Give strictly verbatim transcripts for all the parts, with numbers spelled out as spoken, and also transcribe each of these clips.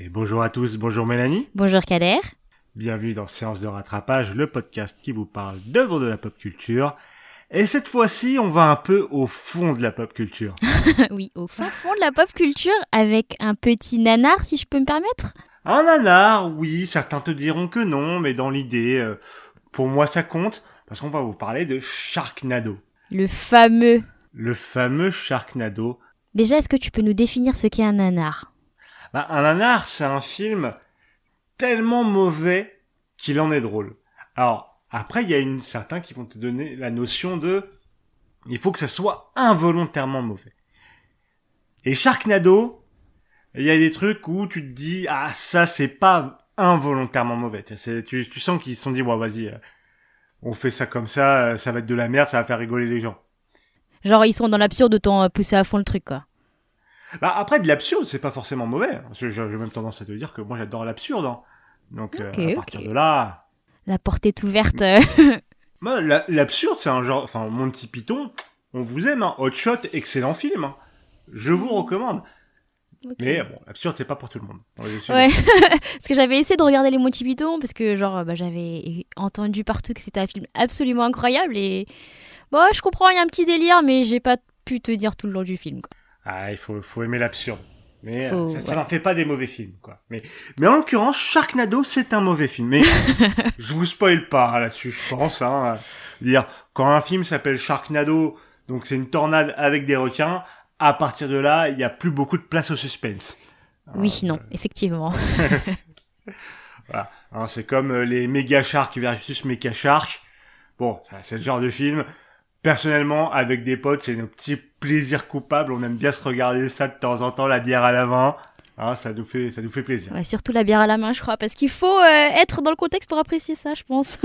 Et bonjour à tous, bonjour Mélanie. Bonjour Kader. Bienvenue dans Séance de rattrapage, le podcast qui vous parle d'œuvres de la pop culture. Et cette fois-ci, on va un peu au fond de la pop culture. Oui, au fin fond de la pop culture, avec un petit nanar, si je peux me permettre. Un nanar, oui, certains te diront que non, mais dans l'idée, euh, pour moi ça compte, parce qu'on va vous parler de Sharknado. Le fameux. Le fameux Sharknado. Déjà, est-ce que tu peux nous définir ce qu'est un nanar ? Bah, un nanar, c'est un film tellement mauvais qu'il en est drôle. Alors, après, il y a une, certains qui vont te donner la notion de... Il faut que ça soit involontairement mauvais. Et Sharknado, il y a des trucs où tu te dis, ah, ça, c'est pas involontairement mauvais. C'est, tu, tu sens qu'ils se sont dit, bon, vas-y, euh, on fait ça comme ça, euh, ça va être de la merde, ça va faire rigoler les gens. Genre, ils sont dans l'absurde, autant euh, pousser à fond le truc, quoi. Bah, après, de l'absurde, c'est pas forcément mauvais. J'ai, j'ai même tendance à te dire que moi, j'adore l'absurde, hein. Donc, okay, euh, à partir okay. de là... La porte est ouverte. Bah, la, l'absurde, c'est un genre... Enfin, Monty Python, on vous aime, hein. Hot Shot, excellent film, hein. Je vous recommande. Okay. Mais bon, l'absurde, c'est pas pour tout le monde. Ouais, parce que j'avais essayé de regarder les Monty Python, parce que genre, bah, j'avais entendu partout que c'était un film absolument incroyable, et... Bon, je comprends, il y a un petit délire, mais j'ai pas pu te dire tout le long du film, quoi. Ah, il faut, faut aimer l'absurde. Mais faut, ça, ça ouais. n'en fait pas des mauvais films, quoi. Mais, mais en l'occurrence, Sharknado, c'est un mauvais film. Mais je vous spoil pas là-dessus, je pense. Hein, dire quand un film s'appelle Sharknado, donc c'est une tornade avec des requins. À partir de là, il y a plus beaucoup de place au suspense. Oui, hein, non, euh... effectivement. Voilà. Hein, c'est comme les Mega Shark versus Mecha Shark. Bon, c'est le genre de film. Personnellement, avec des potes, c'est nos petits plaisirs coupables. On aime bien se regarder ça de temps en temps, la bière à la main. Hein, ça nous fait, ça nous fait plaisir. Ouais, surtout la bière à la main, je crois, parce qu'il faut euh, être dans le contexte pour apprécier ça, je pense.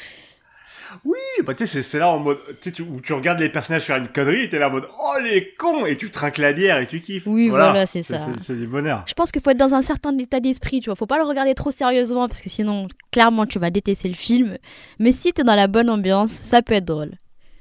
Oui, bah tu sais, c'est, c'est là en mode, tu sais, où tu regardes les personnages faire une connerie, et t'es là en mode, oh les cons, et tu trinques la bière et tu kiffes. Oui, voilà, voilà c'est, c'est ça. C'est, c'est du bonheur. Je pense qu'il faut être dans un certain état d'esprit, tu vois. Faut pas le regarder trop sérieusement, parce que sinon, clairement, tu vas détester le film. Mais si t'es dans la bonne ambiance, ça peut être drôle.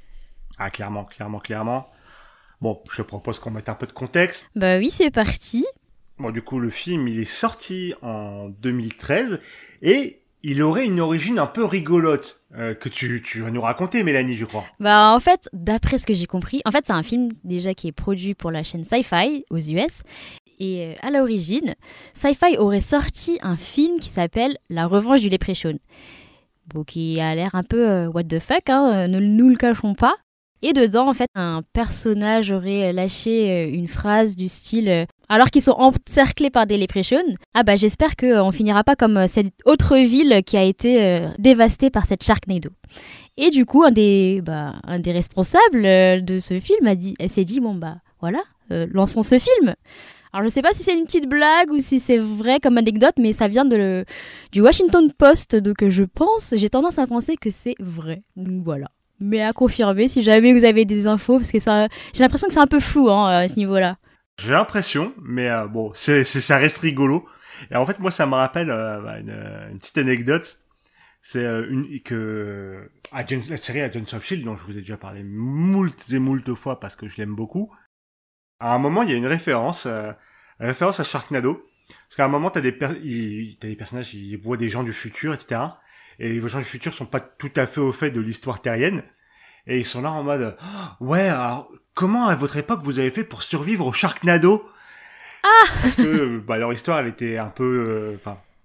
Ah, clairement, clairement, clairement. Bon, je te propose qu'on mette un peu de contexte. Bah oui, c'est parti. Bon, du coup, le film, il est sorti en deux mille treize et il aurait une origine un peu rigolote euh, que tu, tu vas nous raconter, Mélanie, je crois. Bah en fait, d'après ce que j'ai compris, en fait, c'est un film déjà qui est produit pour la chaîne Sci-Fi aux U S. Et euh, à l'origine, Sci-Fi aurait sorti un film qui s'appelle La Revanche du Léprechaun. Bon, qui a l'air un peu euh, what the fuck, hein, ne nous le cachons pas. Et dedans, en fait, un personnage aurait lâché une phrase du style « Alors qu'ils sont encerclés par des léprechauns, ah bah j'espère qu'on finira pas comme cette autre ville qui a été euh, dévastée par cette Sharknado. » Et du coup, un des, bah, un des responsables de ce film a dit, elle s'est dit « Bon bah voilà, euh, lançons ce film !» Alors je sais pas si c'est une petite blague ou si c'est vrai comme anecdote, mais ça vient de le, du Washington Post, donc je pense, j'ai tendance à penser que c'est vrai. Donc voilà. Mais à confirmer si jamais vous avez des infos, parce que ça, j'ai l'impression que c'est un peu flou hein, à ce niveau-là. J'ai l'impression, mais euh, bon, c'est, c'est, ça reste rigolo. Et en fait, moi, ça me rappelle euh, une, une petite anecdote. C'est euh, une que à John, la série Agents of Shield, dont je vous ai déjà parlé moult et moult fois parce que je l'aime beaucoup. À un moment, il y a une référence, euh, une référence à Sharknado. Parce qu'à un moment, t'as des, per- il, t'as des personnages, ils voient des gens du futur, et cetera. Et les gens du futur sont pas tout à fait au fait de l'histoire terrienne. Et ils sont là en mode, oh, ouais, alors, comment à votre époque vous avez fait pour survivre au Sharknado? Ah! Parce que, bah, leur histoire, elle était un peu, enfin, euh,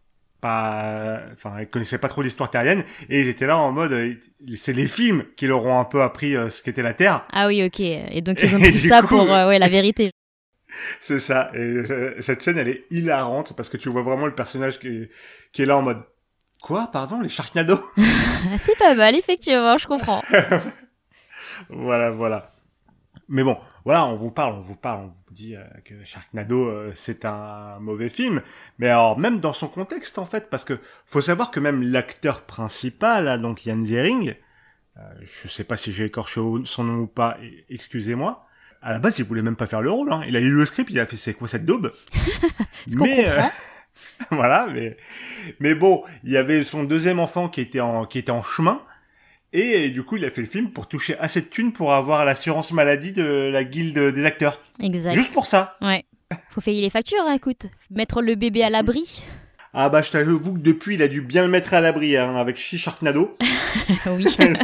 pas, enfin, ils connaissaient pas trop l'histoire terrienne. Et ils étaient là en mode, euh, c'est les films qui leur ont un peu appris euh, ce qu'était la Terre. Ah oui, ok. Et donc ils ont pris ça coup, pour, euh, ouais, la vérité. C'est ça. Et euh, cette scène, elle est hilarante parce que tu vois vraiment le personnage qui est, qui est là en mode, quoi, pardon, les Sharknado? C'est pas mal, effectivement, je comprends. Voilà, voilà. Mais bon, voilà, on vous parle, on vous parle, on vous dit euh, que Sharknado, euh, c'est un mauvais film. Mais alors, même dans son contexte, en fait, parce que faut savoir que même l'acteur principal, là, donc Ian Ziering, euh, je sais pas si j'ai écorché son nom ou pas, excusez-moi, à la base, il voulait même pas faire le rôle. Hein. Il a lu le script, il a fait, c'est quoi cette daube? Ce qu'on mais comprend. Euh, voilà, mais mais bon, il y avait son deuxième enfant qui était en qui était en chemin. Et du coup, il a fait le film pour toucher assez de thunes pour avoir l'assurance maladie de la guilde des acteurs. Exact. Juste pour ça. Ouais. Faut payer les factures, hein, écoute. Mettre le bébé à l'abri. Ah bah je t'avoue que depuis, il a dû bien le mettre à l'abri hein, avec She Sharknado. Oui.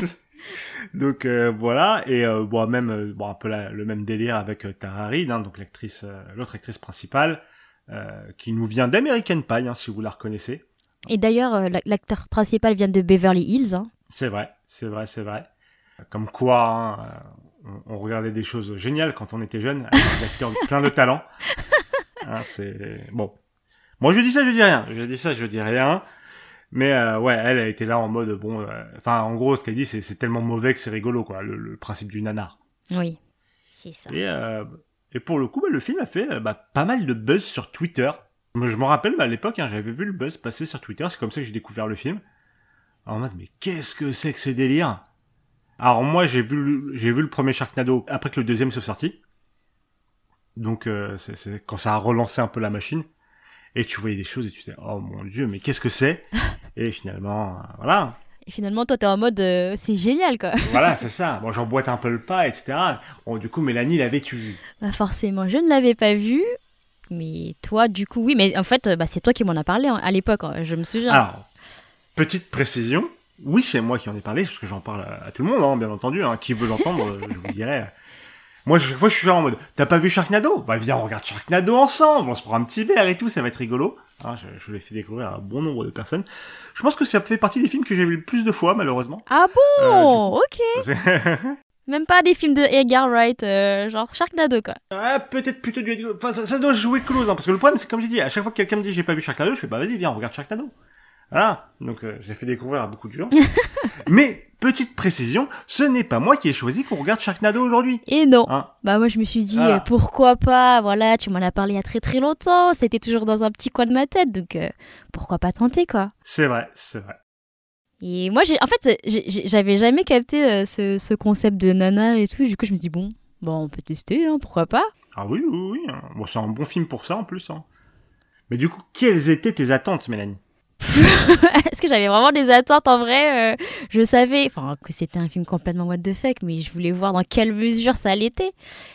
Donc euh, voilà, et euh, bon même euh, bon un peu la, le même délire avec euh, Tara Reid, hein, donc l'actrice, euh, l'autre actrice principale, euh, qui nous vient d'American Pie, hein, si vous la reconnaissez. Et d'ailleurs, euh, l'acteur principal vient de Beverly Hills. Hein. C'est vrai, c'est vrai, c'est vrai. Comme quoi, hein, on, on regardait des choses géniales quand on était jeune, avec des acteurs plein de talent. Hein, c'est bon. Moi je dis ça, je dis rien. Je dis ça, je dis rien. Mais euh, ouais, elle a été là en mode bon, enfin euh, en gros ce qu'elle dit c'est c'est tellement mauvais que c'est rigolo quoi, le, le principe du nanar. Oui, c'est ça. Et euh, et pour le coup, bah, le film a fait bah, pas mal de buzz sur Twitter. Moi, je me rappelle bah, à l'époque, hein, j'avais vu le buzz passer sur Twitter, c'est comme ça que j'ai découvert le film. En mode mais qu'est-ce que c'est que ce délire? Alors moi j'ai vu j'ai vu le premier Sharknado après que le deuxième soit sorti. Donc euh, c'est, c'est quand ça a relancé un peu la machine. Et tu voyais des choses et tu disais, oh mon dieu, mais qu'est-ce que c'est? Et finalement, euh, voilà. Et finalement, toi, t'es en mode, euh, c'est génial, quoi. Voilà, c'est ça. Bon, j'emboîte un peu le pas, et cetera. Bon, du coup, Mélanie, l'avais-tu vu? Bah forcément, je ne l'avais pas vu. Mais toi, du coup, oui. Mais en fait, bah, c'est toi qui m'en as parlé hein, à l'époque, hein, je me souviens. Alors, petite précision. Oui, c'est moi qui en ai parlé, parce que j'en parle à, à tout le monde, hein, bien entendu. Hein. Qui veut l'entendre, je vous dirais... Moi, chaque fois, je suis là en mode, t'as pas vu Sharknado? Bah, viens, on regarde Sharknado ensemble, on se prend un petit verre et tout, ça va être rigolo. Hein, je, je l'ai fait découvrir à un bon nombre de personnes. Je pense que ça fait partie des films que j'ai vu le plus de fois, malheureusement. Ah bon? Euh, Ok. Même pas des films de Edgar Wright, euh, genre Sharknado, quoi. Ouais, peut-être plutôt du... Enfin, ça, ça doit jouer close, hein, parce que le problème, c'est comme j'ai dit, à chaque fois que quelqu'un me dit j'ai pas vu Sharknado, je fais, bah vas-y, viens, on regarde Sharknado. Voilà. Donc, euh, j'ai fait découvrir à beaucoup de gens. Mais, petite précision, ce n'est pas moi qui ai choisi qu'on regarde Sharknado aujourd'hui. Et non. Hein. Bah moi je me suis dit Voilà. euh, pourquoi pas, voilà, tu m'en as parlé il y a très très longtemps, c'était toujours dans un petit coin de ma tête, donc euh, pourquoi pas tenter quoi. C'est vrai, c'est vrai. Et moi j'ai, en fait j'ai, j'ai- j'avais jamais capté euh, ce, ce concept de nanar et tout, du coup je me dis bon, bon on peut tester, hein, pourquoi pas. Ah oui, oui, oui. hein. Bon, c'est un bon film pour ça, en plus. Hein. Mais du coup, quelles étaient tes attentes, Mélanie? Est-ce que j'avais vraiment des attentes en vrai euh, Je savais, enfin que c'était un film complètement what the fuck, mais je voulais voir dans quelle mesure ça l'était.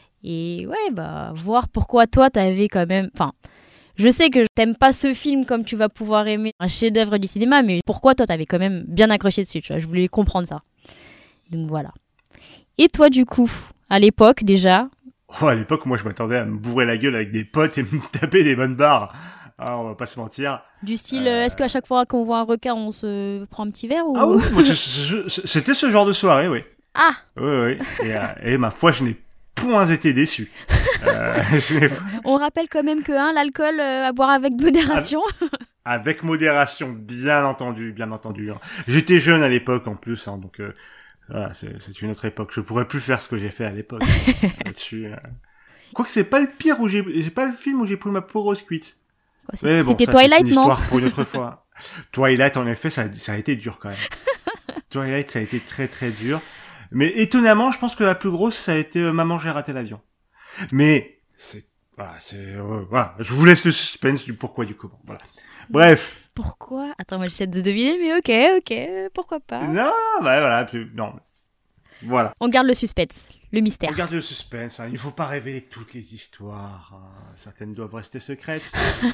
Et ouais, bah voir pourquoi toi t'avais quand même, enfin. Je sais que t'aimes pas ce film comme tu vas pouvoir aimer un chef-d'œuvre du cinéma, mais pourquoi toi t'avais quand même bien accroché dessus, tu vois, je voulais comprendre ça. Donc voilà. Et toi du coup, à l'époque déjà, Oh, à l'époque, moi, je m'attendais à me bourrer la gueule avec des potes et me taper des bonnes barres. Ah, on va pas se mentir. du style, Euh. euh, est-ce qu'à chaque fois qu'on voit un requin, on se prend un petit verre ou... Ah oui, moi, je- je- je- c'était ce genre de soirée, oui. Ah, Oui, oui. Et, euh, et ma foi, je n'ai point été déçu. Euh, je n'ai- on rappelle quand même que hein, l'alcool euh, à boire avec modération. Avec modération, bien entendu, bien entendu. hein. J'étais jeune à l'époque, en plus, hein, donc... Euh, voilà, c'est, c'est une autre époque. Je pourrais plus faire ce que j'ai fait à l'époque. hein, là-dessus. euh. Quoique c'est pas le pire où j'ai, c'est pas le film où j'ai pris ma peau rose cuite. Quoi, c'est- Mais bon, C'était ça, Twilight, c'est une non? histoire pour une autre fois. Twilight, en effet, ça, ça a été dur quand même. Twilight, ça a été très très dur. Mais étonnamment, je pense que la plus grosse, ça a été euh, Maman, j'ai raté l'avion. Mais c'est, voilà, c'est, euh, voilà. Je vous laisse le suspense du pourquoi du comment. Voilà. Bref. Pourquoi? Attends, moi j'essaie de deviner, mais ok, ok, euh, pourquoi pas. Non, bah voilà. puis- non. Voilà. On garde le suspense, le mystère. On garde le suspense. Hein. Il ne faut pas révéler toutes les histoires. hein. Certaines doivent rester secrètes.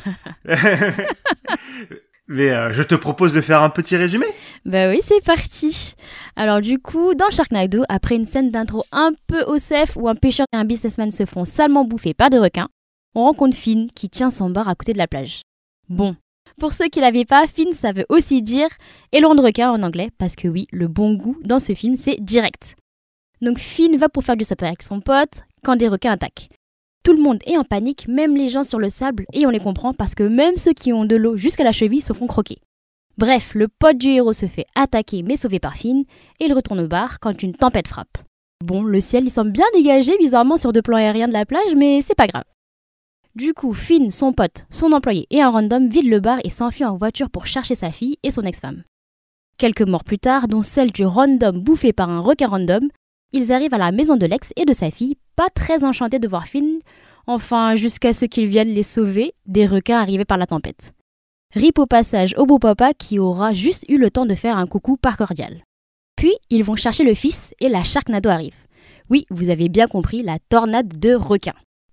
Mais euh, je te propose de faire un petit résumé. Bah oui, c'est parti. Alors du coup, dans Sharknado, après une scène d'intro un peu O S F où un pêcheur et un businessman se font salement bouffer par des requins, on rencontre Finn qui tient son bar à côté de la plage. Bon, pour ceux qui l'avaient pas, Finn ça veut aussi dire élan de requin en anglais, parce que oui, le bon goût dans ce film c'est direct. Donc Finn va pour faire du sapin avec son pote quand des requins attaquent. Tout le monde est en panique, même les gens sur le sable, et on les comprend parce que même ceux qui ont de l'eau jusqu'à la cheville se font croquer. Bref, le pote du héros se fait attaquer mais sauvé par Finn, et il retourne au bar quand une tempête frappe. Bon, le ciel il semble bien dégagé bizarrement sur deux plans aériens de la plage, mais c'est pas grave. Du coup, Finn, son pote, son employé et un random vident le bar et s'enfuient en voiture pour chercher sa fille et son ex-femme. Quelques morts plus tard, dont celle du random bouffé par un requin random, ils arrivent à la maison de l'ex et de sa fille, pas très enchantés de voir Finn, enfin jusqu'à ce qu'ils viennent les sauver des requins arrivés par la tempête. Rip au passage au beau papa qui aura juste eu le temps de faire un coucou par cordial. Puis, ils vont chercher le fils et la Sharknado arrive. Oui, vous avez bien compris, la tornade de requins.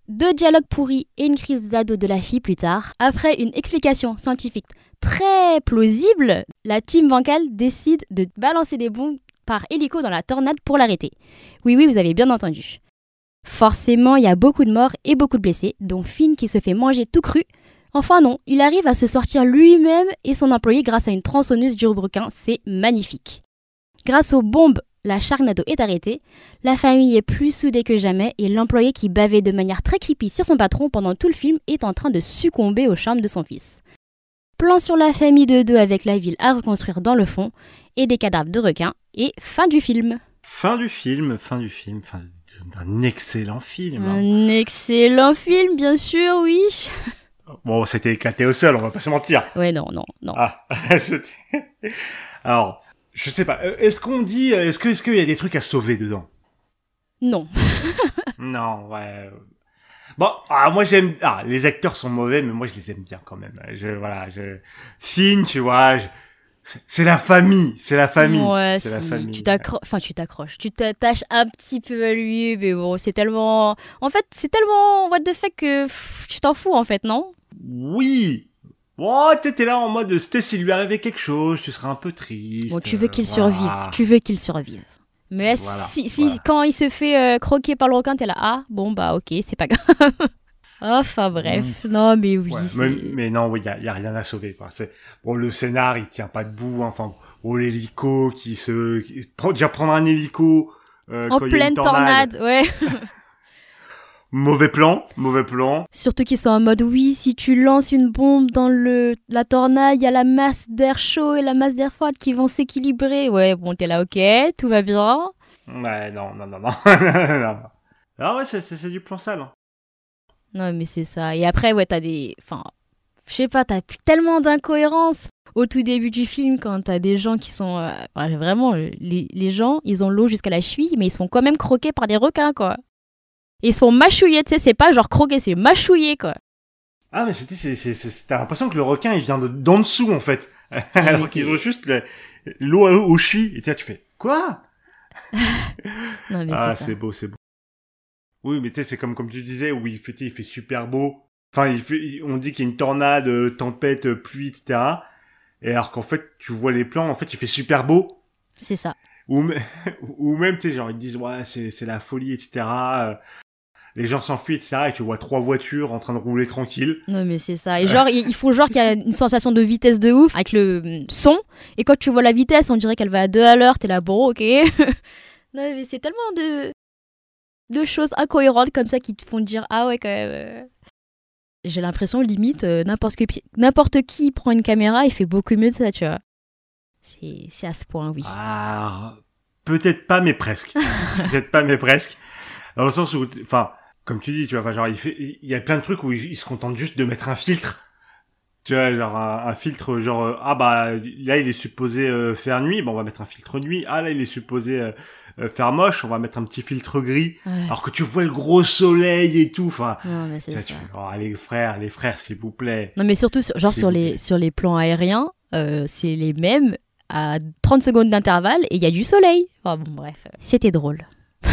deux dialogues pourris et une crise d'ado de la fille plus tard, après une explication scientifique très plausible, la team bancale décide de balancer des bombes par hélico dans la tornade pour l'arrêter. Oui, oui, vous avez bien entendu. Forcément, il y a beaucoup de morts et beaucoup de blessés, dont Finn qui se fait manger tout cru. Enfin non, il arrive à se sortir lui-même et son employé grâce à une tronçonneuse du requin, c'est magnifique. Grâce aux bombes, la Sharknado est arrêtée, la famille est plus soudée que jamais et l'employé qui bavait de manière très creepy sur son patron pendant tout le film est en train de succomber au charme de son fils. Plan sur la famille de deux avec la ville à reconstruire dans le fond et des cadavres de requins et fin du film. Fin du film, fin du film, fin d'un excellent film. Hein. Un excellent film, bien sûr, oui. Bon, c'était éclaté au sol, on va pas se mentir. Ouais, non, non, non. Ah, c'était... Alors, je sais pas, est-ce qu'on dit, est-ce que, est-ce qu'il y a des trucs à sauver dedans? Non. Non, ouais... Bon, ah, moi j'aime, ah, les acteurs sont mauvais, mais moi je les aime bien quand même. Je, voilà, je, Finn, tu vois, je... c'est la famille, c'est la famille. Ouais, c'est si, la famille. Tu t'accroches, enfin tu t'accroches, tu t'attaches un petit peu à lui, mais bon, c'est tellement, en fait, c'est tellement what the fuck que pff, tu t'en fous en fait, non? Oui. Bon, t'étais là en mode, c'était s'il lui arrivait quelque chose, tu serais un peu triste. Bon, tu veux qu'il euh, voilà. survive, tu veux qu'il survive. Mais voilà, si, si voilà. quand il se fait euh, croquer par le requin, t'es là, ah, bon bah ok, c'est pas grave. Enfin bref, mmh. non mais oui. Ouais, c'est... mais, mais non, oui, il y a, y a rien à sauver. Quoi. C'est bon, le scénar, il tient pas debout. Hein. Enfin, oh, l'hélico qui se, qui... déjà prendre un hélico euh, en quand pleine tornade, tornade ouais. Mauvais plan, mauvais plan. Surtout qu'ils sont en mode oui, si tu lances une bombe dans le la tornade, il y a la masse d'air chaud et la masse d'air froide qui vont s'équilibrer. Ouais, bon, t'es là, ok, tout va bien. Ouais, non, non, non, non. non. Ah ouais, c'est, c'est, c'est du plan sale. Hein. Non, mais c'est ça. Et après, ouais, t'as des... Enfin, je sais pas, t'as tellement d'incohérences. Au tout début du film, quand t'as des gens qui sont... Euh, ouais, vraiment, les, les gens, ils ont l'eau jusqu'à la cheville, mais ils sont quand même croqués par des requins, quoi. Et ils sont mâchouillés, tu sais, c'est pas genre croqués, c'est mâchouillés, quoi. Ah, mais c'était... C'est, c'est, c'est, t'as l'impression que le requin, il vient de, d'en dessous, en fait. Alors qu'ils ont juste le, l'eau aux chevilles. Et tu fais, quoi? Non, mais ah, c'est, c'est beau, c'est beau. Oui, mais tu sais, c'est comme comme tu disais, où il fait, il fait super beau. Enfin, il fait, on dit qu'il y a une tornade, euh, tempête, euh, pluie, et cetera. Et alors qu'en fait, tu vois les plans, en fait, il fait super beau. C'est ça. Ou, ou même, tu sais, genre, ils disent, ouais, c'est, c'est la folie, et cetera. Euh, les gens s'enfuient, et cetera. Et tu vois trois voitures en train de rouler tranquille. Non, mais c'est ça. Et genre, il faut genre qu'il y a une sensation de vitesse de ouf avec le son. Et quand tu vois la vitesse, on dirait qu'elle va à deux à l'heure. T'es là, bon, ok. Non, mais c'est tellement de... de choses incohérentes comme ça qui te font dire ah ouais quand même euh... j'ai l'impression limite euh, n'importe, que, n'importe qui prend une caméra et fait beaucoup mieux de ça, tu vois. C'est, c'est à ce point, oui. Ah, peut-être pas mais presque. peut-être pas mais presque. Dans le sens où, enfin, comme tu dis, tu vois, enfin genre il fait, il y a plein de trucs où il, il se contente juste de mettre un filtre. Tu vois, genre un, un filtre, genre euh, ah bah là il est supposé euh, faire nuit, bon on va mettre un filtre nuit. Ah là il est supposé euh, euh, faire moche, on va mettre un petit filtre gris. Ouais. Alors que tu vois le gros soleil et tout, enfin. Non mais c'est tu vois, ça. Tu fais, oh, les frères, les frères, s'il vous plaît. Non mais surtout genre sur les sur les plans aériens, euh, c'est les mêmes à trente secondes d'intervalle et il y a du soleil. Enfin bon bref, c'était drôle.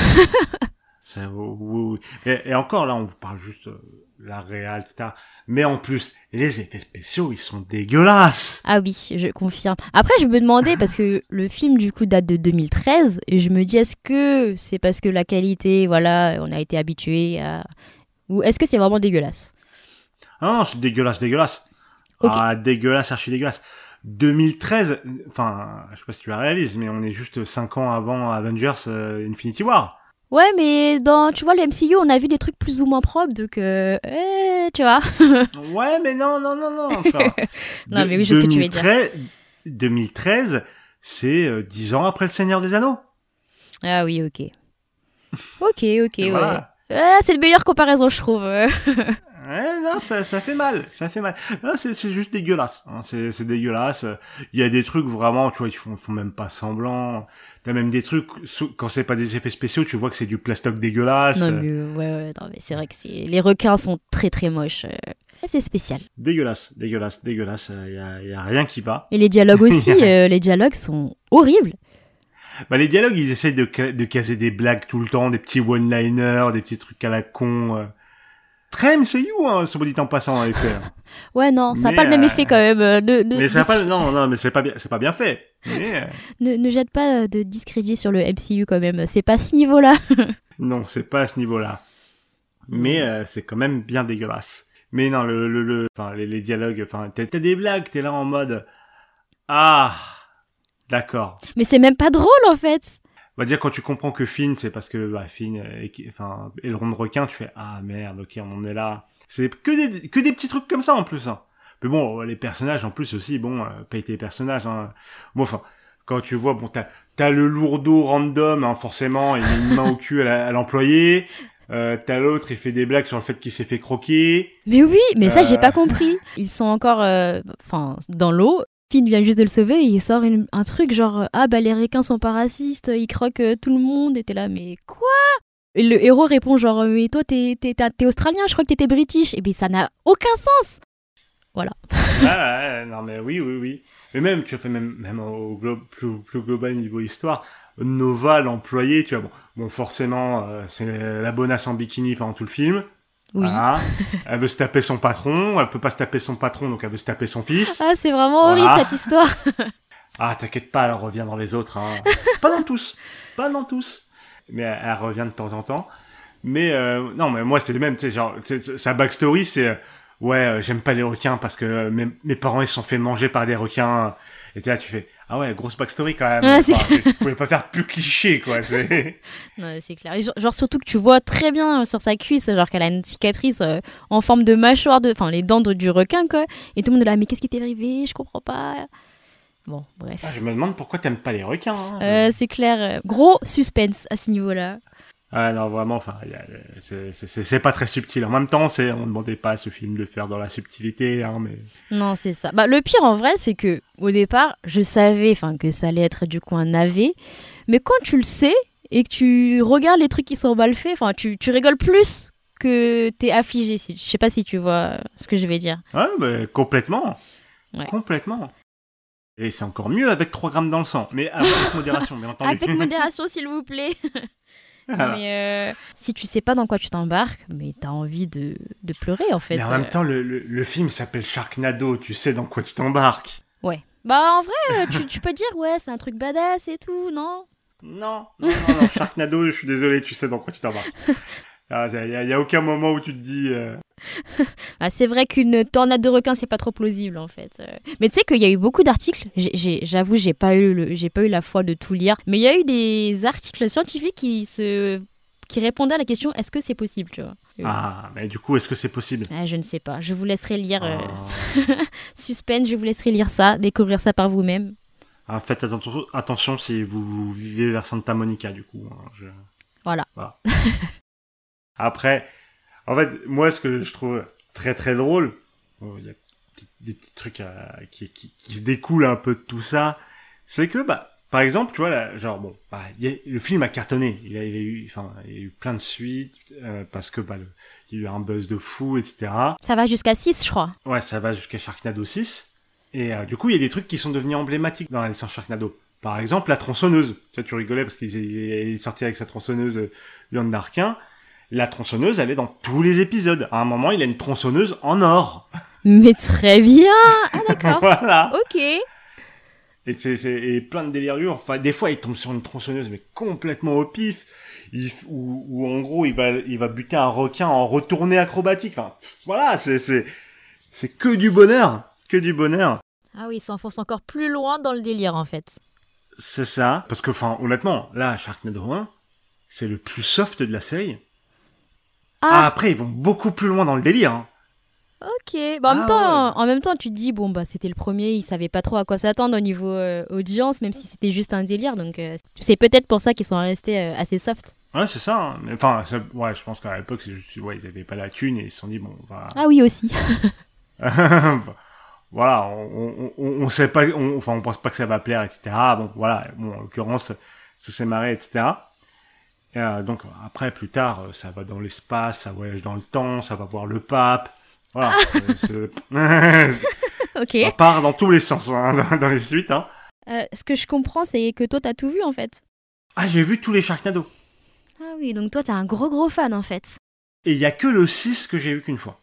Ça, oui, oui. Et, et encore là, on vous parle juste euh, la réal, et cetera. Mais en plus, les effets spéciaux, ils sont dégueulasses. Ah oui, je confirme. Après, je me demandais, parce que le film, du coup, date de deux mille treize, et je me dis, est-ce que c'est parce que la qualité, voilà, on a été habitué à... Ou est-ce que c'est vraiment dégueulasse? Ah non, c'est dégueulasse, dégueulasse. Okay. Ah, dégueulasse, archi dégueulasse. deux mille treize, enfin, je sais pas si tu la réalises, mais on est juste cinq ans avant Avengers euh, Infinity War. Ouais, mais dans, tu vois, le M C U, on a vu des trucs plus ou moins propres, donc, euh, eh, tu vois. Ouais, mais non, non, non, non. Enfin, non, mais oui, je sais ce que tu veux dire. deux mille treize, c'est euh, dix ans après Le Seigneur des Anneaux. Ah oui, ok. Ok, ok, ouais. Voilà. Ah, c'est le meilleur comparaison, je trouve. Ouais, non, ça, ça fait mal, ça fait mal. Non, c'est, c'est juste dégueulasse. Hein. C'est, c'est dégueulasse. Il y a des trucs vraiment, tu vois, ils font, font même pas semblant. T'as même des trucs, quand c'est pas des effets spéciaux, tu vois que c'est du plastoc dégueulasse. Non, mais, ouais, ouais, non, mais c'est vrai que c'est, les requins sont très, très moches. C'est spécial. Dégueulasse, dégueulasse, dégueulasse. Il y a, y a rien qui va. Et les dialogues aussi, euh, les dialogues sont horribles. Bah, les dialogues, ils essayent de, de caser des blagues tout le temps, des petits one-liners, des petits trucs à la con. Euh. très M C U, hein, ce dit en passant, en effet. Ouais, non, ça n'a Mais, pas le même euh, effet quand même. euh, De, de, Mais ça a de- pas, non, non, mais c'est pas bien, c'est pas bien fait. Mais, euh, ne, ne jette pas de discrédit sur le M C U quand même. C'est pas ce niveau-là. non, c'est pas à ce niveau-là. Mais, euh, c'est quand même bien dégueulasse. Mais non, le, le, le, enfin, les, les dialogues, enfin, t'as, t'as des blagues, t'es là en mode, ah, d'accord. Mais c'est même pas drôle en fait. On va dire quand tu comprends que Finn, c'est parce que, bah, Finn, est, enfin, aileron de requin, tu fais, ah, merde, ok, on en est là. C'est que des, que des petits trucs comme ça, en plus, hein. Mais bon, les personnages, en plus, aussi, bon, euh, paye tes personnages, hein. Bon, enfin, quand tu vois, bon, t'as, t'as le lourdeau random, hein, forcément, il met une main au cul à, la- à l'employé. Euh, t'as l'autre, il fait des blagues sur le fait qu'il s'est fait croquer. Mais oui, mais ça, j'ai Euh. pas compris. Ils sont encore euh, enfin, dans l'eau. Finn vient juste de le sauver et il sort une- un truc genre euh, ah bah les requins sont pas racistes, ils croquent euh, tout le monde. Et t'es là, mais quoi? Et le héros répond genre mais toi t'es, t'es, t'es, t'es australien, je crois que t'étais british. Et bien ça n'a aucun sens. Voilà. Ah, ouais, non, mais oui, oui, oui. Mais même, tu as fait même, même au glo- plus, plus global niveau histoire, Nova, l'employé, tu vois, bon, bon forcément, euh, c'est la bonasse en bikini pendant tout le film. Oui. Voilà. Elle veut se taper son patron, elle peut pas se taper son patron, donc elle veut se taper son fils. Ah c'est vraiment horrible Voilà. cette histoire. Ah, t'inquiète pas, elle revient dans les autres, hein. Pas dans tous. Pas dans tous. Mais elle, elle revient de temps en temps. Mais, euh, non, mais moi, c'est le même, tu sais, genre, tu sais, sa backstory, c'est, euh, ouais, euh, j'aime pas les requins parce que euh, mes, mes parents, ils se sont fait manger par des requins. Et t'es là, tu fais, ah ouais, grosse backstory quand même. Ouais, c'est Enfin, tu pouvais pas faire plus cliché, quoi, c'est... Non, c'est clair. Et genre, genre surtout que tu vois très bien euh, sur sa cuisse, genre qu'elle a une cicatrice euh, en forme de mâchoire, de, enfin les dents de- du requin quoi. Et tout le monde est là, mais qu'est-ce qui t'est arrivé? Je comprends pas. Bon, bref. Ah, je me demande pourquoi t'aimes pas les requins, hein. Euh, c'est clair. euh, Gros suspense à ce niveau-là. Ah non, vraiment, enfin, y a- c'est, c'est, c'est, c'est pas très subtil. En même temps, c'est, on demandait pas à ce film de faire dans la subtilité, hein, mais... Non, c'est ça. Bah, le pire en vrai, c'est que au départ, je savais, enfin, que ça allait être du coup un navet. Mais quand tu le sais et que tu regardes les trucs qui sont mal faits, enfin, tu, tu rigoles plus que t'es affligé. Si, je sais pas si tu vois ce que je vais dire. Ouais, bah, complètement. Ouais. Complètement. Et c'est encore mieux avec trois grammes dans le sang. Mais avec modération, bien entendu. Avec modération, s'il vous plaît. Voilà. Mais euh, si tu sais pas dans quoi tu t'embarques, mais t'as envie de, de pleurer en fait. Mais en euh. même temps, le, le, le film s'appelle Sharknado, tu sais dans quoi tu t'embarques. Ouais. Bah en vrai, euh, tu, tu peux dire ouais, c'est un truc badass et tout, non? Non, non, non, non, Sharknado, je suis désolé, tu sais dans quoi tu t'embarques. Il ah, y, a, y a aucun moment où tu te dis... Euh... Ah, c'est vrai qu'une tornade de requins, c'est pas trop plausible en fait. Euh, Mais tu sais qu'il y a eu beaucoup d'articles. J'ai- j'ai- J'avoue, j'ai pas eu le, j'ai pas eu la foi de tout lire. Mais il y a eu des articles scientifiques qui se, qui répondaient à la question est-ce que c'est possible, tu vois. Euh, Ah, mais du coup, est-ce que c'est possible? ah, je ne sais pas. Je vous laisserai lire. euh, Ah. Suspense, je vous laisserai lire ça, découvrir ça par vous-même. Ah, faites attention, attention si vous, vous vivez vers Santa Monica, du coup. hein, je... Voilà. voilà. Après, en fait, moi, ce que je trouve très très drôle, bon, il y a des, des petits trucs à- qui, qui, qui se découlent un peu de tout ça, c'est que, bah, par exemple, tu vois, là, genre, bon, bah, il y a- le film a cartonné, il a, il a eu, enfin, il y a eu plein de suites, euh, parce que, bah, le- il y a eu un buzz de fou, et cetera. Ça va jusqu'à six, je crois. Ouais, ça va jusqu'à Sharknado six. Et euh, du coup, il y a des trucs qui sont devenus emblématiques dans la licence Sharknado. Par exemple, la tronçonneuse. Tu vois, tu rigolais parce qu'il est, il est sorti avec sa tronçonneuse euh, Lion d'Arquin. La tronçonneuse, elle est dans tous les épisodes. À un moment, il a une tronçonneuse en or. Mais très bien. Ah d'accord. Voilà. Ok. Et c'est, c'est et plein de délirieux. Enfin, des fois, il tombe sur une tronçonneuse, mais complètement au pif. Il, f- ou, ou en gros, il va, il va buter un requin en retournée acrobatique. Enfin, pff, voilà, c'est, c'est, c'est que du bonheur. Que du bonheur. Ah oui, il s'enfonce encore plus loin dans le délire en fait. C'est ça. Parce que, enfin, honnêtement, là, Sharknado un, c'est le plus soft de la série. Ah, Ah, après, ils vont beaucoup plus loin dans le délire. Hein. ok. Bah, en, même Ah temps, ouais. en même temps, tu te dis, bon, bah, c'était le premier, il savait pas trop à quoi s'attendre au niveau euh, audience, même si c'était juste un délire. Donc, euh, c'est peut-être pour ça qu'ils sont restés euh, assez soft. Ouais, c'est ça. Hein. Mais, enfin, ça- ouais, je pense qu'à l'époque, c'est juste, ouais, ils avaient pas la thune et ils se sont dit, bon, on va... Ah oui, aussi. voilà, on, on, on, on sait pas, on, enfin, on pense pas que ça va plaire, et cetera. Bon, voilà, bon, en l'occurrence, ça s'est marré, et cetera. Et, euh, donc, après, plus tard, euh, ça va dans l'espace, ça voyage dans le temps, ça va voir le pape. Voilà. euh, c'est- Ok. ça part dans tous les sens, hein, dans, dans les suites, hein. Euh, ce que je comprends, c'est que toi, t'as tout vu en fait. Ah, j'ai vu tous les Sharknado. Ah oui, donc toi, t'es un gros gros fan en fait. Et il y a que le six que j'ai vu qu'une fois.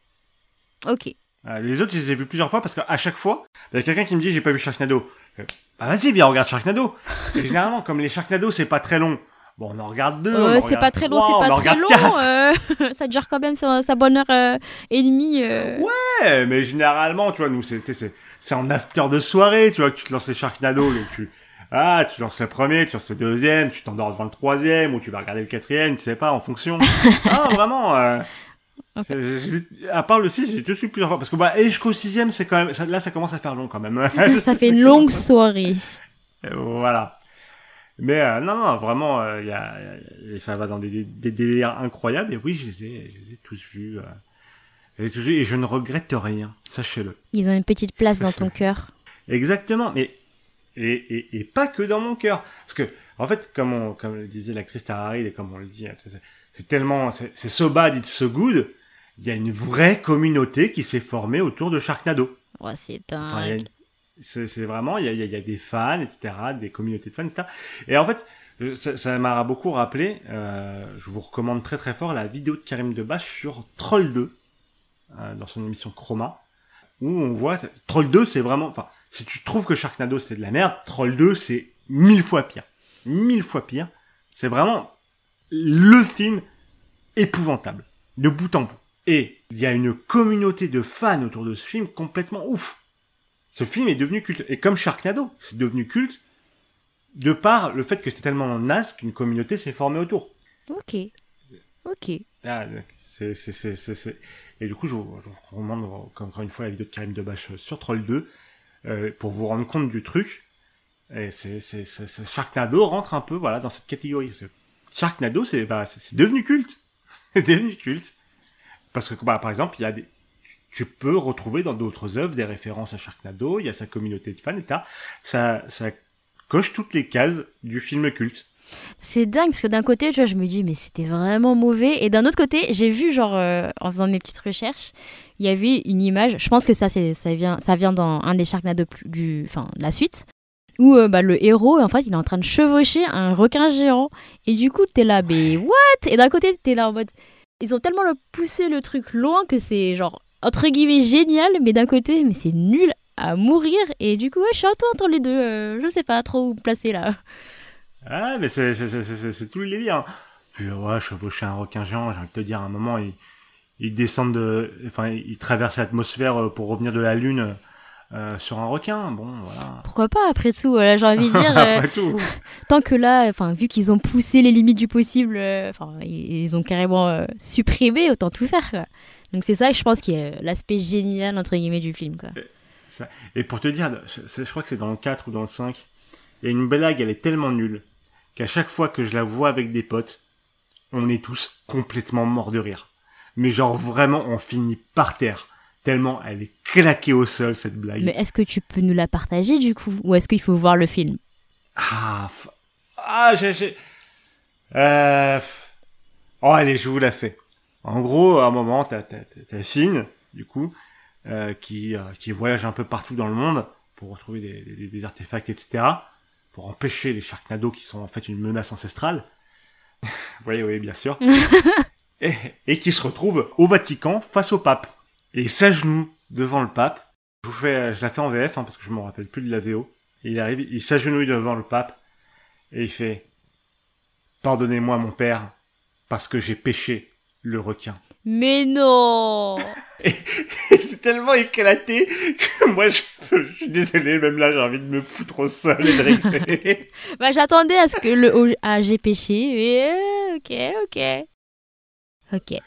Ok. Euh, les autres, je les ai vus plusieurs fois parce qu'à chaque fois, il y a quelqu'un qui me dit j'ai pas vu Sharknado. Euh, Bah vas-y, viens, regarde Sharknado. Et généralement, comme les Sharknado, c'est pas très long. Bon, on en regarde deux, Euh, on en c'est regarde pas très long, trois, c'est on pas en très regarde long. quatre. euh, ça dure quand même sa, sa bonne heure euh, et demie. euh. Ouais, mais généralement, tu vois, nous, c'est, c'est, c'est en after de soirée, tu vois, que tu te lances les Sharknado, donc tu, ah, tu lances le premier, tu lances le deuxième, tu t'endors devant le troisième, ou tu vas regarder le quatrième, tu sais pas, en fonction. Ah, vraiment, euh, Ok. j'ai- j'ai- à part le six, j'ai tout su plusieurs fois, parce que, bah, et jusqu'au sixième, c'est quand même, ça- là, ça commence à faire long, quand même. Ça fait une longue soirée. Euh, Voilà. Mais euh, non, non, vraiment, euh, y a, y a- ça va dans des, des, des délires incroyables. Et oui, je les ai, je les ai tous vus. Euh, je les ai tous vus et je ne regrette rien, sachez-le. Ils ont une petite place dans Sachez-le. ton cœur. Exactement, mais et, et, et pas que dans mon cœur. Parce que, en fait, comme, on, comme le disait l'actrice Tara Reid et comme on le dit, c'est, c'est tellement... C'est, c'est so bad, it's so good. Il y a une vraie communauté qui s'est formée autour de Sharknado. Oh, c'est Enfin, il y a dingue. une- c'est, c'est vraiment, il y a, il y a- il y a des fans, et cetera, des communautés de fans, et cetera. Et en fait, euh, ça, ça m'a beaucoup rappelé, euh, je vous recommande très très fort la vidéo de Karim Debache sur Troll deux, euh, dans son émission Chroma, où on voit, Troll deux, c'est vraiment, enfin, si tu trouves que Sharknado c'est de la merde, Troll deux, c'est mille fois pire. Mille fois pire. C'est vraiment le film épouvantable, de bout en bout. Et il y a une communauté de fans autour de ce film complètement ouf. Ce film est devenu culte. Et comme Sharknado, c'est devenu culte de par le fait que c'est tellement naze qu'une communauté s'est formée autour. Ok. Ok. Ah, c'est, c'est, c'est, c'est, c'est... Et du coup, je vous, je vous recommande encore une fois la vidéo de Karim Debache sur Troll deux euh, pour vous rendre compte du truc. Et c'est, c'est, c'est, c'est- Sharknado rentre un peu voilà, dans cette catégorie. C'est- Sharknado, c'est, bah, c'est, c'est devenu culte. C'est devenu culte. Parce que, bah, par exemple, il y a des... tu peux retrouver dans d'autres œuvres des références à Sharknado, il y a sa communauté de fans, et cetera. Ça, ça coche toutes les cases du film culte. C'est dingue parce que d'un côté, tu vois, je me dis, mais c'était vraiment mauvais. Et d'un autre côté, j'ai vu, genre, euh, en faisant mes petites recherches, il y avait une image. Je pense que ça, c'est, ça, vient, ça vient dans un des Sharknado plus- du, enfin, la suite. Où euh, bah, le héros, en fait, il est en train de chevaucher un requin géant. Et du coup, t'es là, mais what? Et d'un côté, t'es là en mode. Ils ont tellement le- poussé le truc loin que c'est, genre, entre guillemets, génial. Mais d'un côté, mais c'est nul à mourir. Et du coup, ouais, je suis un peu entre les deux. euh, je sais pas trop où me placer là. Ah, mais c'est, c'est, c'est, c'est, c'est tout le délire. Hein. Puis, euh, ouais, chevaucher un requin géant, j'ai envie de te dire, à un moment, ils, ils descendent de, enfin, ils traversent l'atmosphère euh, pour revenir de la Lune euh, sur un requin. Bon, voilà. Pourquoi pas, après tout, voilà, j'ai envie de dire. euh, Après tout. Tant que là, enfin, vu qu'ils ont poussé les limites du possible, euh, enfin, ils, ils ont carrément euh, supprimé, autant tout faire, quoi. Donc c'est ça, je pense, qui est euh, l'aspect génial, entre guillemets, du film, quoi. Ça. Et pour te dire, je, je crois que c'est dans le quatre ou dans le cinq, il y a une blague, elle est tellement nulle, qu'à chaque fois que je la vois avec des potes, on est tous complètement morts de rire. Mais genre vraiment, on finit par terre. Tellement elle est claquée au sol, cette blague. Mais est-ce que tu peux nous la partager, du coup? Ou est-ce qu'il faut voir le film? Ah, f- ah, j'ai, j'ai... Euh... f- Oh, allez, je vous la fais. En gros, à un moment, t'as, t'as, t'as, t'as Finn, du coup, euh, qui, euh, qui voyage un peu partout dans le monde pour retrouver des, des, des artefacts, et cetera, pour empêcher les Sharknado qui sont en fait une menace ancestrale. Vous voyez, oui, bien sûr. et, et qui se retrouve au Vatican face au pape. Et il s'agenouille devant le pape. Je vous fais, je la fais en V F, hein, parce que je me rappelle plus de la V O. Et il arrive, il s'agenouille devant le pape, et il fait « Pardonnez-moi, mon père, parce que j'ai péché le requin. » Mais non! Et c'est tellement éclaté que moi, je, je suis désolé, même là, j'ai envie de me foutre au sol et de rigoler. Bah, j'attendais à ce que le O- ah, j'ai péché, mais euh, ok, ok. Ok.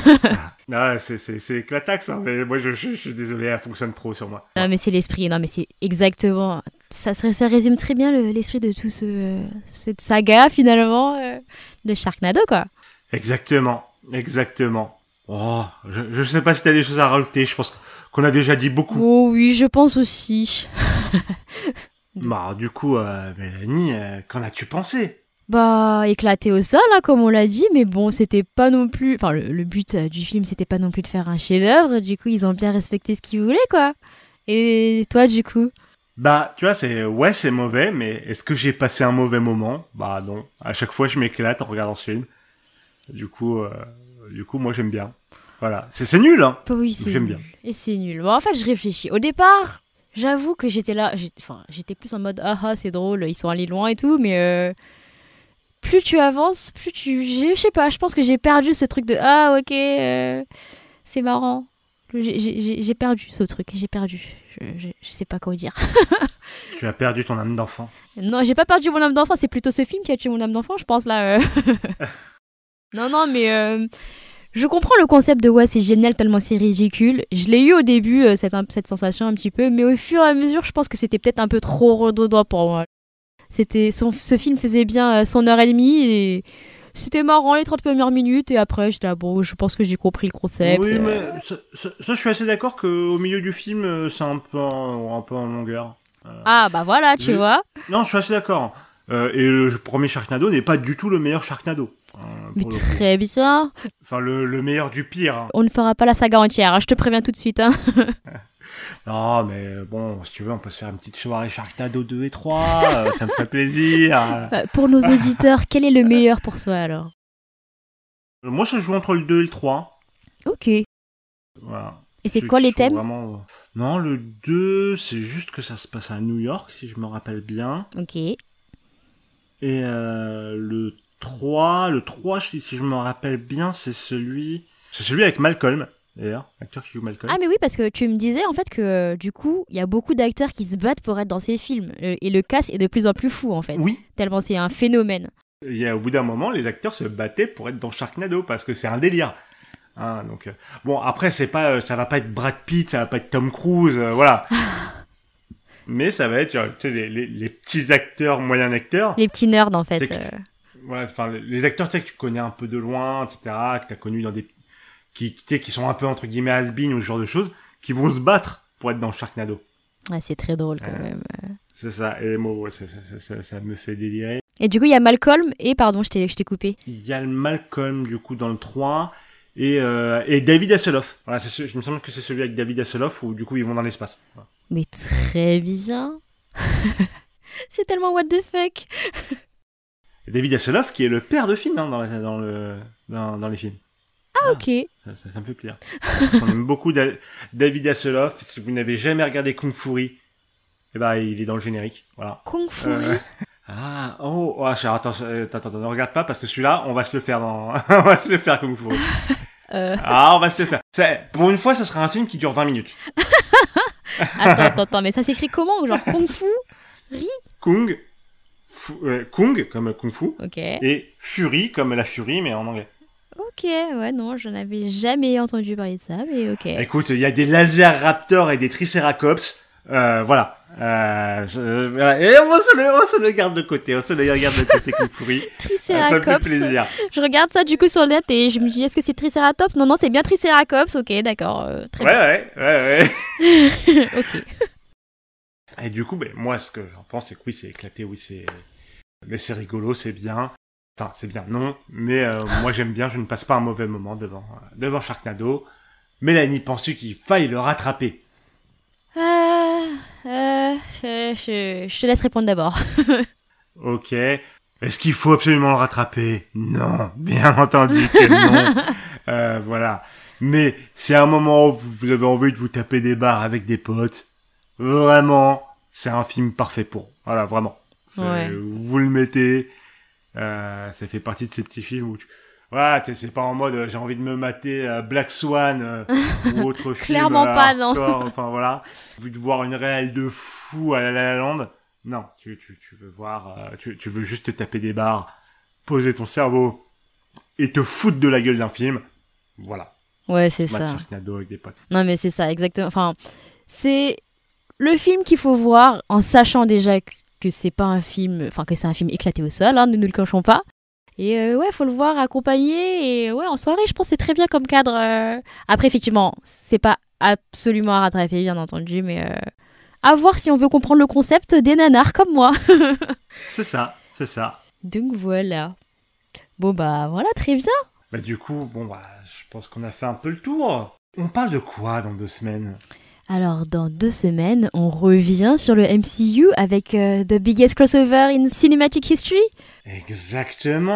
Non, c'est, c'est, c'est éclataxe, hein, mais moi, je, je, je suis désolé, elle fonctionne trop sur moi. Non, mais c'est l'esprit, non, mais c'est exactement. Ça, serait, ça résume très bien le- l'esprit de tout ce, cette saga, finalement, euh, de Sharknado, quoi. Exactement, exactement. Oh, je, je sais pas si t'as des choses à rajouter, je pense qu'on a déjà dit beaucoup. Oh oui, je pense aussi. Bah, du coup, euh, Mélanie, euh, qu'en as-tu pensé? Bah, éclaté au sol, hein, comme on l'a dit, mais bon, c'était pas non plus. Enfin, le, le but euh, du film, c'était pas non plus de faire un chef-d'œuvre, du coup, ils ont bien respecté ce qu'ils voulaient, quoi. Et toi, du coup? Bah, tu vois, c'est, ouais, c'est mauvais, mais est-ce que j'ai passé un mauvais moment? Bah, non. À chaque fois, je m'éclate en regardant ce film. Du coup, euh, du coup, moi, j'aime bien. Voilà. C'est, c'est nul, hein. Bah oui, c'est J'aime nul. bien. Et c'est nul. Bon, en fait, je réfléchis. Au départ, j'avoue que j'étais là... J'étais... Enfin, j'étais plus en mode, ah ah, c'est drôle, ils sont allés loin et tout, mais... Euh... Plus tu avances, plus tu... Je sais pas, je pense que j'ai perdu ce truc de, ah, ok, euh... c'est marrant. J'ai, j'ai, j'ai perdu ce truc, j'ai perdu. Je, je, je sais pas quoi dire. Tu as perdu ton âme d'enfant. Non, j'ai pas perdu mon âme d'enfant, c'est plutôt ce film qui a tué mon âme d'enfant, je pense, là. euh. non, non, mais euh, je comprends le concept de ouais, c'est génial, tellement c'est ridicule. Je l'ai eu au début, euh, cette, cette sensation un petit peu, mais au fur et à mesure, je pense que c'était peut-être un peu trop redondant pour moi. C'était, son, ce film faisait bien euh, son heure et demie et c'était marrant les trente premières minutes et après, j'étais là, bon, je pense que j'ai compris le concept. Oui, euh. mais ça, ça, ça, je suis assez d'accord qu'au milieu du film, euh, c'est un peu en, un peu en longueur. Euh, Ah, bah voilà, tu j'ai- vois. Non, je suis assez d'accord. Euh, et le premier Sharknado n'est pas du tout le meilleur Sharknado. euh, Mais pour le coup. très bien. Enfin, le, le meilleur du pire. hein. On ne fera pas la saga entière, hein, je te préviens tout de suite. Hein. Non, mais bon, si tu veux, on peut se faire une petite soirée Sharknado deux et trois. euh, ça me ferait plaisir. Euh, Pour nos auditeurs, quel est le meilleur pour soi alors? Euh, Moi, ça joue entre le deux et le trois. Ok. Et Voilà. c'est Ceux quoi qui les sont thèmes? vraiment- Non, le deux, c'est juste que ça se passe à New York, si je me rappelle bien. Ok. Et euh, le trois, le trois, si si je me rappelle bien, c'est celui... C'est celui avec Malcolm, d'ailleurs, l'acteur qui joue Malcolm. Ah mais oui, parce que tu me disais en fait que euh, du coup, il y a beaucoup d'acteurs qui se battent pour être dans ces films. Euh, et le cast est de plus en plus fou en fait. Oui, Tellement c'est un phénomène. il y a, au bout d'un moment, les acteurs se battaient pour être dans Sharknado, parce que c'est un délire. Hein, donc, euh, bon, après, c'est pas, euh, ça va pas être Brad Pitt, ça va pas être Tom Cruise, euh, voilà. Mais ça va être genre, tu sais, les, les, les petits acteurs, moyens acteurs. Les petits nerds en fait. C'est que- euh. Voilà, enfin, les- les acteurs, tu sais, que tu connais un peu de loin, et cetera, que t'as connus dans des... Qui, tu sais, qui sont un peu, entre guillemets, has-been ou ce genre de choses, qui vont se battre pour être dans Sharknado. Ouais, c'est très drôle quand Ouais. même. C'est ça, et moi, ouais, ça, ça, ça, ça, ça me fait délirer. Et du coup, il y a Malcolm et pardon, je t'ai, je t'ai coupé. Il y a le Malcolm, du coup, dans le trois, et, euh, et David Hasselhoff. Voilà, c'est ce, je me semble que c'est celui avec David Hasselhoff, où, du coup, ils vont dans l'espace. Voilà. Mais très bien. C'est tellement what the fuck. Et David Hasselhoff, qui est le père de Finn, hein, dans, la, dans, le, dans, dans les films. Ah ok. Ça, ça, ça me fait plaisir. Parce qu'on aime beaucoup Da- David Hasselhoff. Si vous n'avez jamais regardé Kung Fury, eh ben, il est dans le générique. Voilà. Kung Fu. Euh, Ah, oh, oh, attends, attends, attends, attends, ne regarde pas parce que celui-là, on va se le faire dans, on va se le faire Kung Fury. Euh, Ah, on va se le faire. C'est- Pour une fois, ça sera un film qui dure vingt minutes. Attends, attends, attends, mais ça s'écrit comment? Genre Kung Fu? Kung, fu, euh, Kung comme Kung Fu Ok. et Fury comme la Fury mais en anglais. Ok, ouais, non, je n'avais jamais entendu parler de ça, mais ok. Écoute, il y a des Laser-Raptors et des Triceratops. Euh, voilà. Euh, euh, voilà. Et on se, le, on se le garde de côté. On se le regarde de côté Kung Fury. Euh, Ça me fait Triceratops. plaisir. Je regarde ça du coup sur le net et je me dis est-ce que c'est Triceratops? Non, non, c'est bien Triceratops. Ok, d'accord. euh, très Ouais, ouais, ouais, ouais. bien. Ok. Et du coup, ben, moi, ce que j'en pense, c'est que oui, c'est éclaté, oui, c'est... Mais c'est rigolo, c'est bien. Enfin, c'est bien, non. Mais euh, moi, j'aime bien, je ne passe pas un mauvais moment devant, euh, devant Sharknado. Mélanie, penses-tu qu'il faille le rattraper? Euh, euh, je, je, je te laisse répondre d'abord. Ok. Est-ce qu'il faut absolument le rattraper? Non, bien entendu que non. Euh, voilà. Mais c'est un moment où vous avez envie de vous taper des barres avec des potes. Vraiment, c'est un film parfait pour. Voilà, vraiment. C'est- Ouais. Vous le mettez. Euh, ça fait partie de ces petits films où tu... Voilà, tu sais, c'est pas en mode euh, j'ai envie de me mater euh, Black Swan euh, ou autre film. Clairement euh, pas, non. hardcore, enfin voilà. Vu de voir une réelle de fou à La La Land. Non, tu, tu, tu veux voir, euh, tu, tu veux juste te taper des barres, poser ton cerveau et te foutre de la gueule d'un film. Voilà. Ouais, c'est Match ça. Sharknado avec des potes. Non, mais c'est ça, exactement. Enfin, c'est le film qu'il faut voir en sachant déjà que, que c'est pas un film, enfin que c'est un film éclaté au sol, hein, ne nous le cachons pas. Et euh, ouais, faut le voir accompagné et ouais, en soirée, je pense que c'est très bien comme cadre. euh. Après, effectivement, c'est pas absolument à rattraper, bien entendu, mais euh, à voir si on veut comprendre le concept des nanars comme moi. C'est ça, c'est ça. Donc voilà. Bon bah voilà, très bien. Bah du coup, bon bah, je pense qu'on a fait un peu le tour. On parle de quoi dans deux semaines? Alors, dans deux semaines, on revient sur le M C U avec euh, The Biggest Crossover in Cinematic History. Exactement.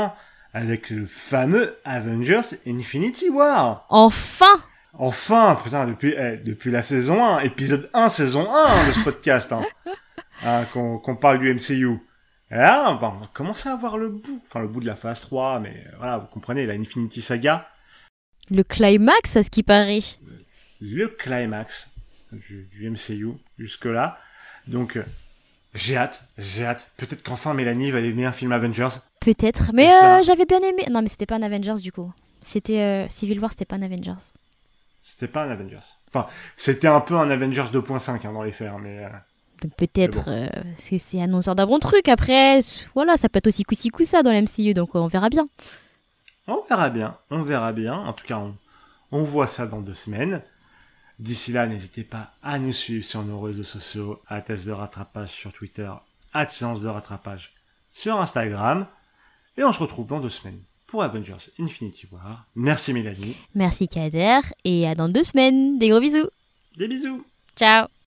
avec le fameux Avengers Infinity War. Enfin! Enfin, putain, depuis, eh, depuis la saison un, épisode un, saison un de ce podcast, hein, hein, qu'on, qu'on parle du M C U. Et là, ben, on va commencer à voir le bout, enfin le bout de la phase trois, mais euh, voilà, vous comprenez, la Infinity Saga. Le climax, à ce qui paraît. Le climax du, du M C U, jusque-là. Donc, euh, j'ai hâte, j'ai hâte. Peut-être qu'enfin Mélanie va aimer un film Avengers. Peut-être, mais ça... euh, j'avais bien aimé. Non, mais c'était pas un Avengers du coup. C'était euh, Civil War, c'était pas un Avengers. C'était pas un Avengers. Enfin, c'était un peu un Avengers deux point cinq hein, dans les faits, hein, mais... Euh... Donc peut-être, bon. euh, parce que c'est annonceur d'un bon truc. Après, voilà, ça peut être aussi coup-ci coup-ça dans l'M C U, donc on verra bien. On verra bien, on verra bien. En tout cas, on, on voit ça dans deux semaines. D'ici là, n'hésitez pas à nous suivre sur nos réseaux sociaux, à Test de rattrapage sur Twitter, à Séance de rattrapage sur Instagram. Et on se retrouve dans deux semaines pour Avengers Infinity War. Merci Mélanie. Merci Kader, et à dans deux semaines. Des gros bisous. Des bisous. Ciao.